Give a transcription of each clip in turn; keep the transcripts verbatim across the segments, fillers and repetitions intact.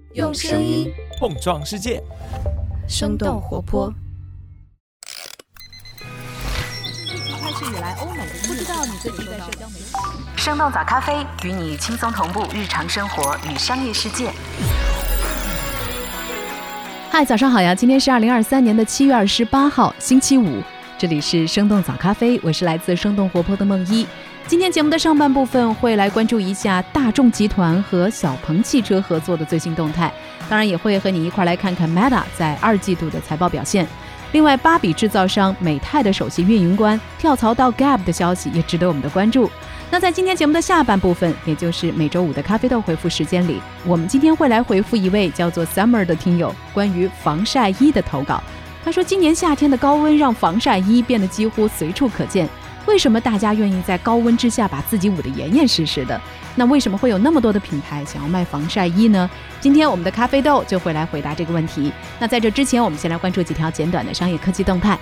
用声音碰撞世界， 生动活泼。 开始以来，欧美的不知道你最近在社交媒体。 生动早咖啡与你轻松同步日常生活与商业世界。 嗨，早上好呀！今天是二零二三年的七月二十八号，星期五。这里是生动早咖啡，我是来自生动活泼的梦一。今天节目的上半部分会来关注一下大众集团和小鹏汽车合作的最新动态，当然也会和你一块来看看 Meta 在二季度的财报表现。另外，芭比制造商美泰的首席运营官跳槽到 Gap 的消息也值得我们的关注。那在今天节目的下半部分，也就是每周五的咖啡豆回复时间里，我们今天会来回复一位叫做 Summer 的听友关于防晒衣的投稿。他说，今年夏天的高温让防晒衣变得几乎随处可见，为什么大家愿意在高温之下把自己捂得严严实实的？那为什么会有那么多的品牌想要卖防晒衣呢？今天我们的咖啡豆就会来回答这个问题。那在这之前，我们先来关注几条简短的商业科技动态。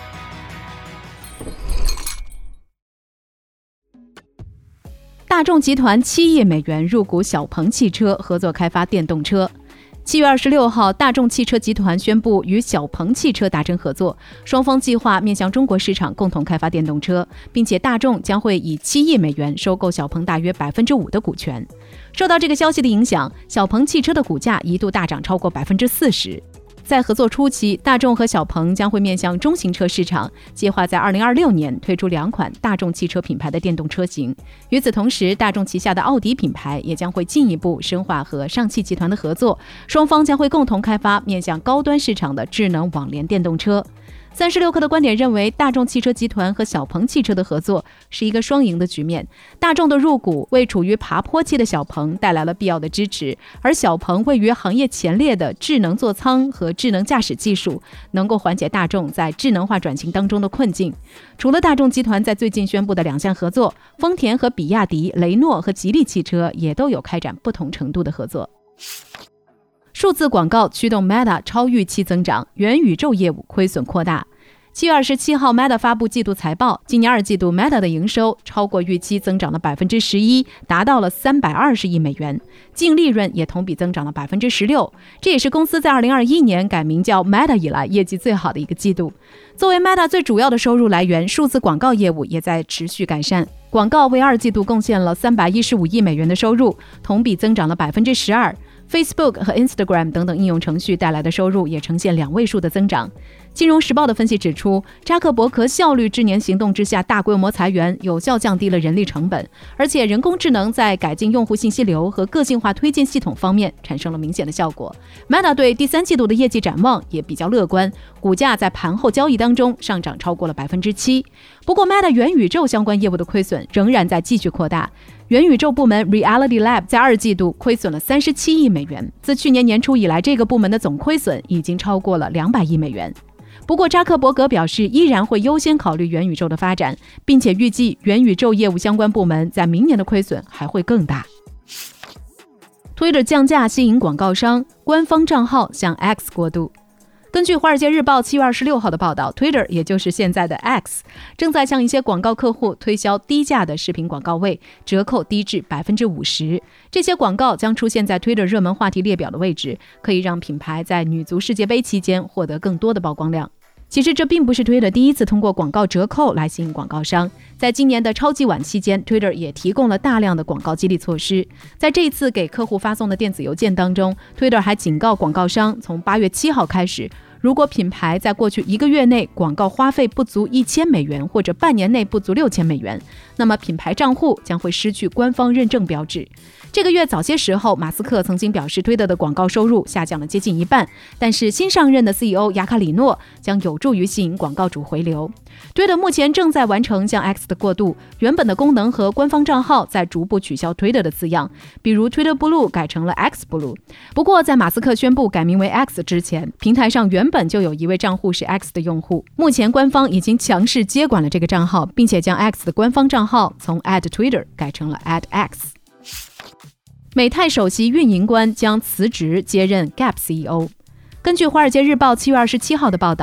大众集团七亿美元入股小鹏汽车，合作开发电动车。七月二十六号，大众汽车集团宣布与小鹏汽车达成合作，双方计划面向中国市场共同开发电动车，并且大众将会以七亿美元收购小鹏大约百分之五的股权。受到这个消息的影响，小鹏汽车的股价一度大涨超过百分之四十。在合作初期，大众和小鹏将会面向中型车市场，计划在二零二六年推出两款大众汽车品牌的电动车型。与此同时，大众旗下的奥迪品牌也将会进一步深化和上汽集团的合作，双方将会共同开发面向高端市场的智能网联电动车。三十六氪的观点认为，大众汽车集团和小鹏汽车的合作是一个双赢的局面。大众的入股为处于爬坡期的小鹏带来了必要的支持，而小鹏位于行业前列的智能座舱和智能驾驶技术，能够缓解大众在智能化转型当中的困境。除了大众集团在最近宣布的两项合作，丰田和比亚迪、雷诺和吉利汽车也都有开展不同程度的合作。数字广告驱动 Meta 超预期增长，元宇宙业务亏损扩大。七月二十七号 Meta 发布季度财报，今年二季度 Meta 的营收超过预期，增长了百分之十一，达到了三百二十亿美元，净利润也同比增长了百分之十六，这也是公司在二零二一年改名叫 Meta 以来业绩最好的一个季度。作为 Meta 最主要的收入来源，数字广告业务也在持续改善，广告为二季度贡献了三百一十五亿美元的收入，同比增长了百分之十二。Facebook 和 Instagram 等等应用程序带来的收入也呈现两位数的增长。金融时报的分析指出，扎克伯格效率智年行动之下大规模裁员，有效降低了人力成本，而且人工智能在改进用户信息流和个性化推荐系统方面产生了明显的效果。 Meta 对第三季度的业绩展望也比较乐观，股价在盘后交易当中上涨超过了百分之七。不过 Meta 元宇宙相关业务的亏损仍然在继续扩大，元宇宙部门 Reality Lab 在二季度亏损了三十七亿美元，自去年年初以来，这个部门的总亏损已经超过了两百亿美元。不过扎克伯格表示，依然会优先考虑元宇宙的发展，并且预计元宇宙业务相关部门在明年的亏损还会更大。Twitter 降价吸引广告商，官方账号向 X 过渡。根据《华尔街日报》七月二十六号的报道， Twitter 也就是现在的 X 正在向一些广告客户推销低价的视频广告位，折扣低至 百分之五十。 这些广告将出现在 Twitter 热门话题列表的位置，可以让品牌在女足世界杯期间获得更多的曝光量。其实这并不是 Twitter 第一次通过广告折扣来吸引广告商，在今年的超级碗期间， Twitter 也提供了大量的广告激励措施。在这一次给客户发送的电子邮件当中， Twitter 还警告广告商，从八月七号开始，如果品牌在过去一个月内广告花费不足一千美元，或者半年内不足六千美元，那么品牌账户将会失去官方认证标志。这个月早些时候，马斯克曾经表示推特的广告收入下降了接近一半，但是新上任的 C E O 雅卡里诺将有助于吸引广告主回流。推特目前正在完成向 X 的过渡，原本的功能和官方账号在逐步取消推特的字样，比如 Twitter Blue 改成了 X Blue。 不过在马斯克宣布改名为 X 之前，平台上原本就有一位账户是 X 的用户，目前官方已经强势接管了这个账号，并且将 X 的官方账号从 at Twitter 改成了 at X。美泰首席运营官将辞职接任 Gap C E O。根据《华尔街日报》七月二十七号的报道，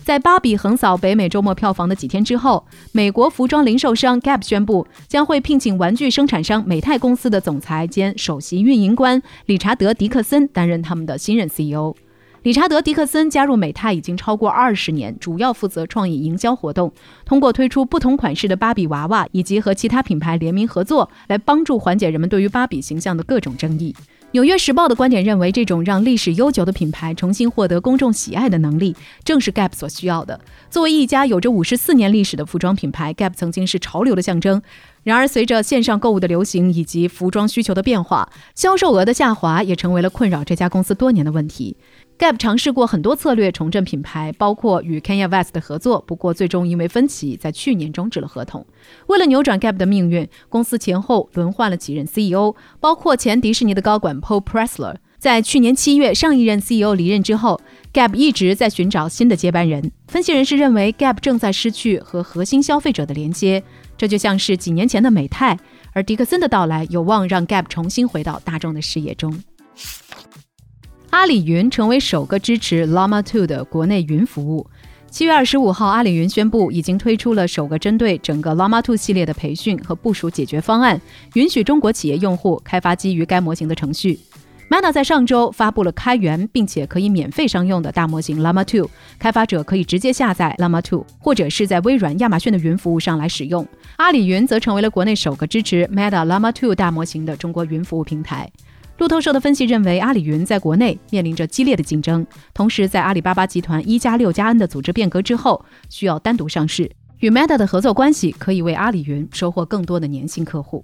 在芭比横扫北美周末票房的几天之后，美国服装零售商 Gap 宣布将会聘请玩具生产商美泰公司的总裁兼首席运营官理查德·迪克森担任他们的新任 C E O。理查德·迪克森加入美泰已经超过二十年，主要负责创意营销活动，通过推出不同款式的芭比娃娃以及和其他品牌联名合作，来帮助缓解人们对于芭比形象的各种争议。纽约时报的观点认为，这种让历史悠久的品牌重新获得公众喜爱的能力，正是 Gap 所需要的。作为一家有着五十四年历史的服装品牌， Gap 曾经是潮流的象征。然而，随着线上购物的流行以及服装需求的变化，销售额的下滑也成为了困扰这家公司多年的问题。Gap 尝试过很多策略重振品牌，包括与 Kanye West 的合作，不过最终因为分歧，在去年终止了合同。为了扭转 Gap 的命运，公司前后轮换了几任 C E O， 包括前迪士尼的高管 Paul Pressler。在去年七月上一任 C E O 离任之后， Gap 一直在寻找新的接班人。分析人士认为 Gap 正在失去和核心消费者的连接，这就像是几年前的美泰，而迪克森的到来有望让 Gap 重新回到大众的视野中。阿里云成为首个支持 Llama 二 的国内云服务。七月二十五号，阿里云宣布已经推出了首个针对整个 Llama 二系列的培训和部署解决方案，允许中国企业用户开发基于该模型的程序。Meta 在上周发布了开源并且可以免费商用的大模型 Llama 二， 开发者可以直接下载 Llama 二， 或者是在微软、亚马逊的云服务上来使用。阿里云则成为了国内首个支持 Meta Llama 二大模型的中国云服务平台。路透社的分析认为，阿里云在国内面临着激烈的竞争，同时在阿里巴巴集团一加六加 N 的组织变革之后，需要单独上市。与 Meta 的合作关系可以为阿里云收获更多的粘性客户。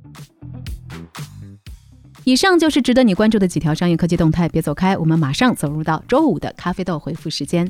以上就是值得你关注的几条商业科技动态，别走开，我们马上走入到周五的咖啡豆回复时间。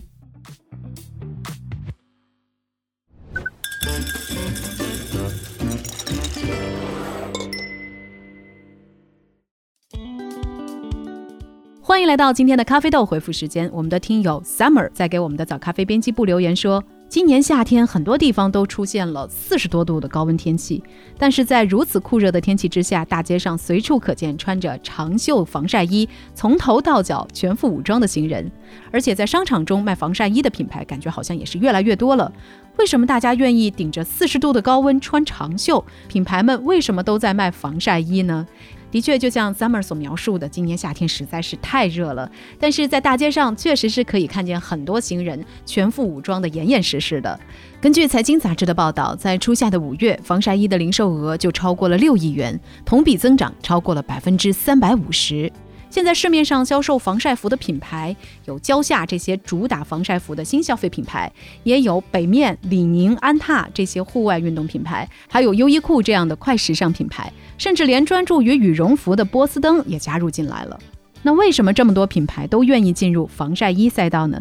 欢迎来到今天的咖啡豆回复时间。我们的听友 Summer 在给我们的早咖啡编辑部留言说，今年夏天很多地方都出现了四十多度的高温天气，但是在如此酷热的天气之下，大街上随处可见穿着长袖防晒衣，从头到脚全副武装的行人。而且在商场中卖防晒衣的品牌感觉好像也是越来越多了。为什么大家愿意顶着四十度的高温穿长袖？品牌们为什么都在卖防晒衣呢？的确，就像 Summer 所描述的，今年夏天实在是太热了，但是在大街上确实是可以看见很多行人全副武装的严严实实的。根据财经杂志的报道，在初夏的五月，防晒衣的零售额就超过了六亿元，同比增长超过了百分之三百五十。现在市面上销售防晒服的品牌有蕉下这些主打防晒服的新消费品牌，也有北面、李宁、安踏这些户外运动品牌，还有优衣库这样的快时尚品牌，甚至连专注于羽绒服的波司登也加入进来了。那为什么这么多品牌都愿意进入防晒衣赛道呢？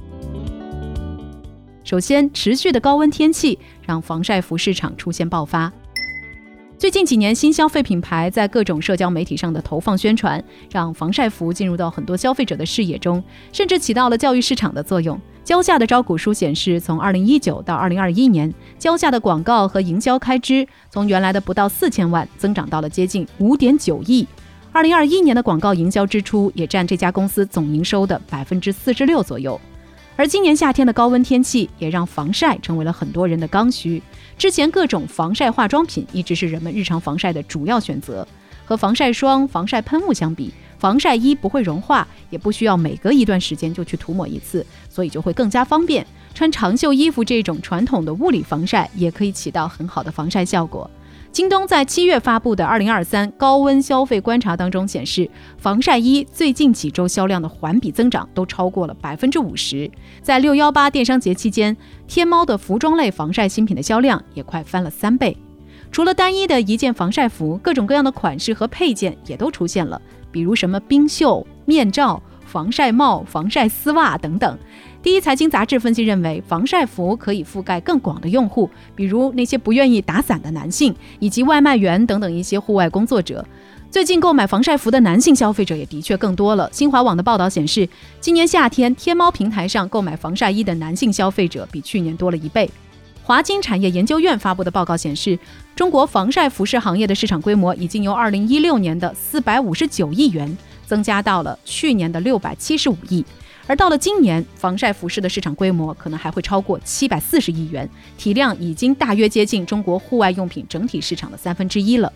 首先，持续的高温天气让防晒服市场出现爆发。最近几年，新消费品牌在各种社交媒体上的投放宣传，让防晒服进入到很多消费者的视野中，甚至起到了教育市场的作用。蕉下的招股书显示，从二零一九到二零二一年，蕉下的广告和营销开支从原来的不到四千万增长到了接近五点九亿。二零二一年的广告营销支出也占这家公司总营收的百分之四十六左右。而今年夏天的高温天气也让防晒成为了很多人的刚需。之前各种防晒化妆品一直是人们日常防晒的主要选择，和防晒霜、防晒喷雾相比，防晒衣不会融化，也不需要每隔一段时间就去涂抹一次，所以就会更加方便。穿长袖衣服这种传统的物理防晒也可以起到很好的防晒效果。京东在七月发布的二零二三高温消费观察当中显示，防晒衣最近几周销量的环比增长都超过了百分之五十。在六一八电商节期间，天猫的服装类防晒新品的销量也快翻了三倍。除了单一的一件防晒服，各种各样的款式和配件也都出现了，比如什么冰袖、面罩、防晒帽、防晒丝袜等等。第一财经杂志分析认为，防晒服可以覆盖更广的用户，比如那些不愿意打伞的男性，以及外卖员等等一些户外工作者。最近购买防晒服的男性消费者也的确更多了。新华网的报道显示，今年夏天天猫平台上购买防晒衣的男性消费者比去年多了一倍。华金产业研究院发布的报告显示，中国防晒服饰行业的市场规模已经由二零一六年的四百五十九亿元增加到了去年的六百七十五亿。而到了今年，防晒服饰的市场规模可能还会超过七百四十亿元，体量已经大约接近中国户外用品整体市场的三分之一了。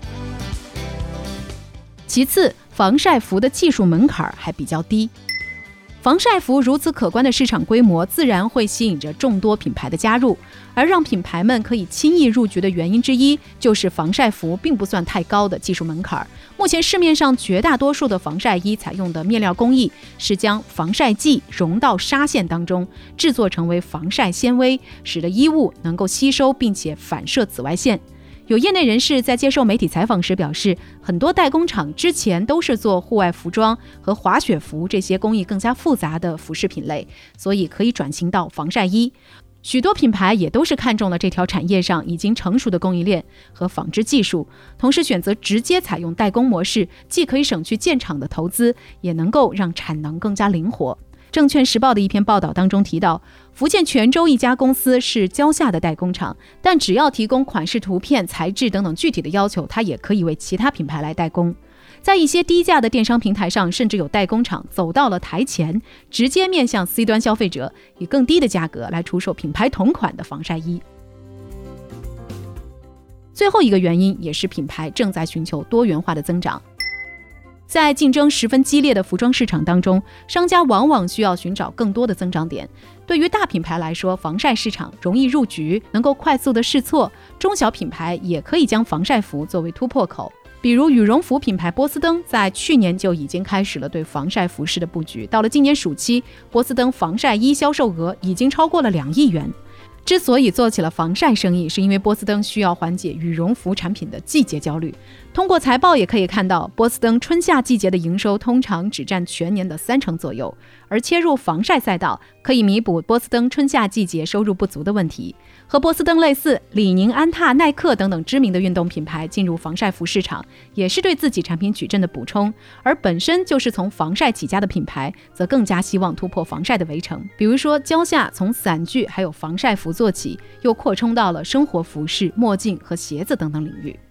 其次，防晒服的技术门槛还比较低。防晒服如此可观的市场规模，自然会吸引着众多品牌的加入。而让品牌们可以轻易入局的原因之一，就是防晒服并不算太高的技术门槛。目前市面上绝大多数的防晒衣采用的面料工艺是将防晒剂融到纱线当中，制作成为防晒纤维，使得衣物能够吸收并且反射紫外线。有业内人士在接受媒体采访时表示，很多代工厂之前都是做户外服装和滑雪服这些工艺更加复杂的服饰品类，所以可以转型到防晒衣。许多品牌也都是看中了这条产业上已经成熟的供应链和纺织技术，同时选择直接采用代工模式，既可以省去建厂的投资，也能够让产能更加灵活。证券时报的一篇报道当中提到，福建泉州一家公司是蕉下的代工厂，但只要提供款式图片、材质等等具体的要求，它也可以为其他品牌来代工。在一些低价的电商平台上，甚至有代工厂走到了台前，直接面向 C 端消费者，以更低的价格来出售品牌同款的防晒衣。最后一个原因也是品牌正在寻求多元化的增长。在竞争十分激烈的服装市场当中，商家往往需要寻找更多的增长点。对于大品牌来说，防晒市场容易入局，能够快速的试错；中小品牌也可以将防晒服作为突破口。比如羽绒服品牌波司登在去年就已经开始了对防晒服饰的布局，到了今年暑期，波司登防晒衣销售额已经超过了两亿元。之所以做起了防晒生意，是因为波司登需要缓解羽绒服产品的季节焦虑。通过财报也可以看到，波司登春夏季节的营收通常只占全年的三成左右，而切入防晒赛道可以弥补波司登春夏季节收入不足的问题。和波司登类似，李宁、安踏、耐克等等知名的运动品牌进入防晒服市场，也是对自己产品矩阵的补充。而本身就是从防晒起家的品牌，则更加希望突破防晒的围城。比如说蕉下从伞具还有防晒服做起，又扩充到了生活服饰、墨镜和鞋子等等领域。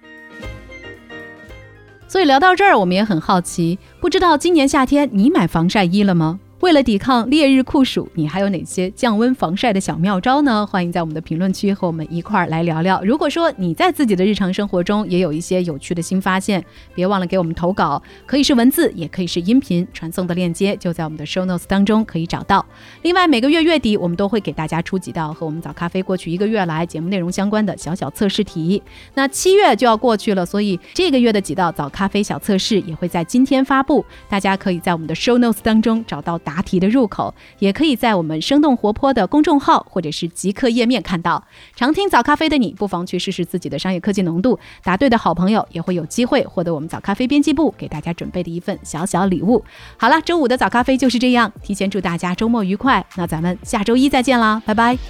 所以聊到这儿，我们也很好奇，不知道今年夏天你买防晒衣了吗？为了抵抗烈日酷暑，你还有哪些降温防晒的小妙招呢？欢迎在我们的评论区和我们一块儿来聊聊。如果说你在自己的日常生活中也有一些有趣的新发现，别忘了给我们投稿，可以是文字，也可以是音频，传送的链接就在我们的 show notes 当中可以找到。另外，每个月月底我们都会给大家出几道和我们早咖啡过去一个月来节目内容相关的小小测试题。那七月就要过去了，所以这个月的几道早咖啡小测试也会在今天发布，大家可以在我们的 show notes 当中找到答题的入口，也可以在我们生动活泼的公众号或者是极客页面看到。常听早咖啡的你，不妨去试试自己的商业科技浓度，答对的好朋友也会有机会获得我们早咖啡编辑部给大家准备的一份小小礼物。好了，周五的早咖啡就是这样，提前祝大家周末愉快，那咱们下周一再见啦，拜拜。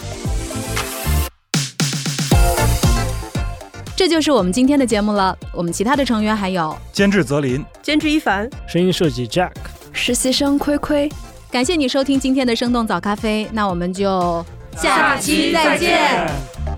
这就是我们今天的节目了，我们其他的成员还有监制泽林， 监制一凡， 声音设计 Jack， 实习生亏亏。 感谢你收听今天的生动早咖啡，那我们就下期再见。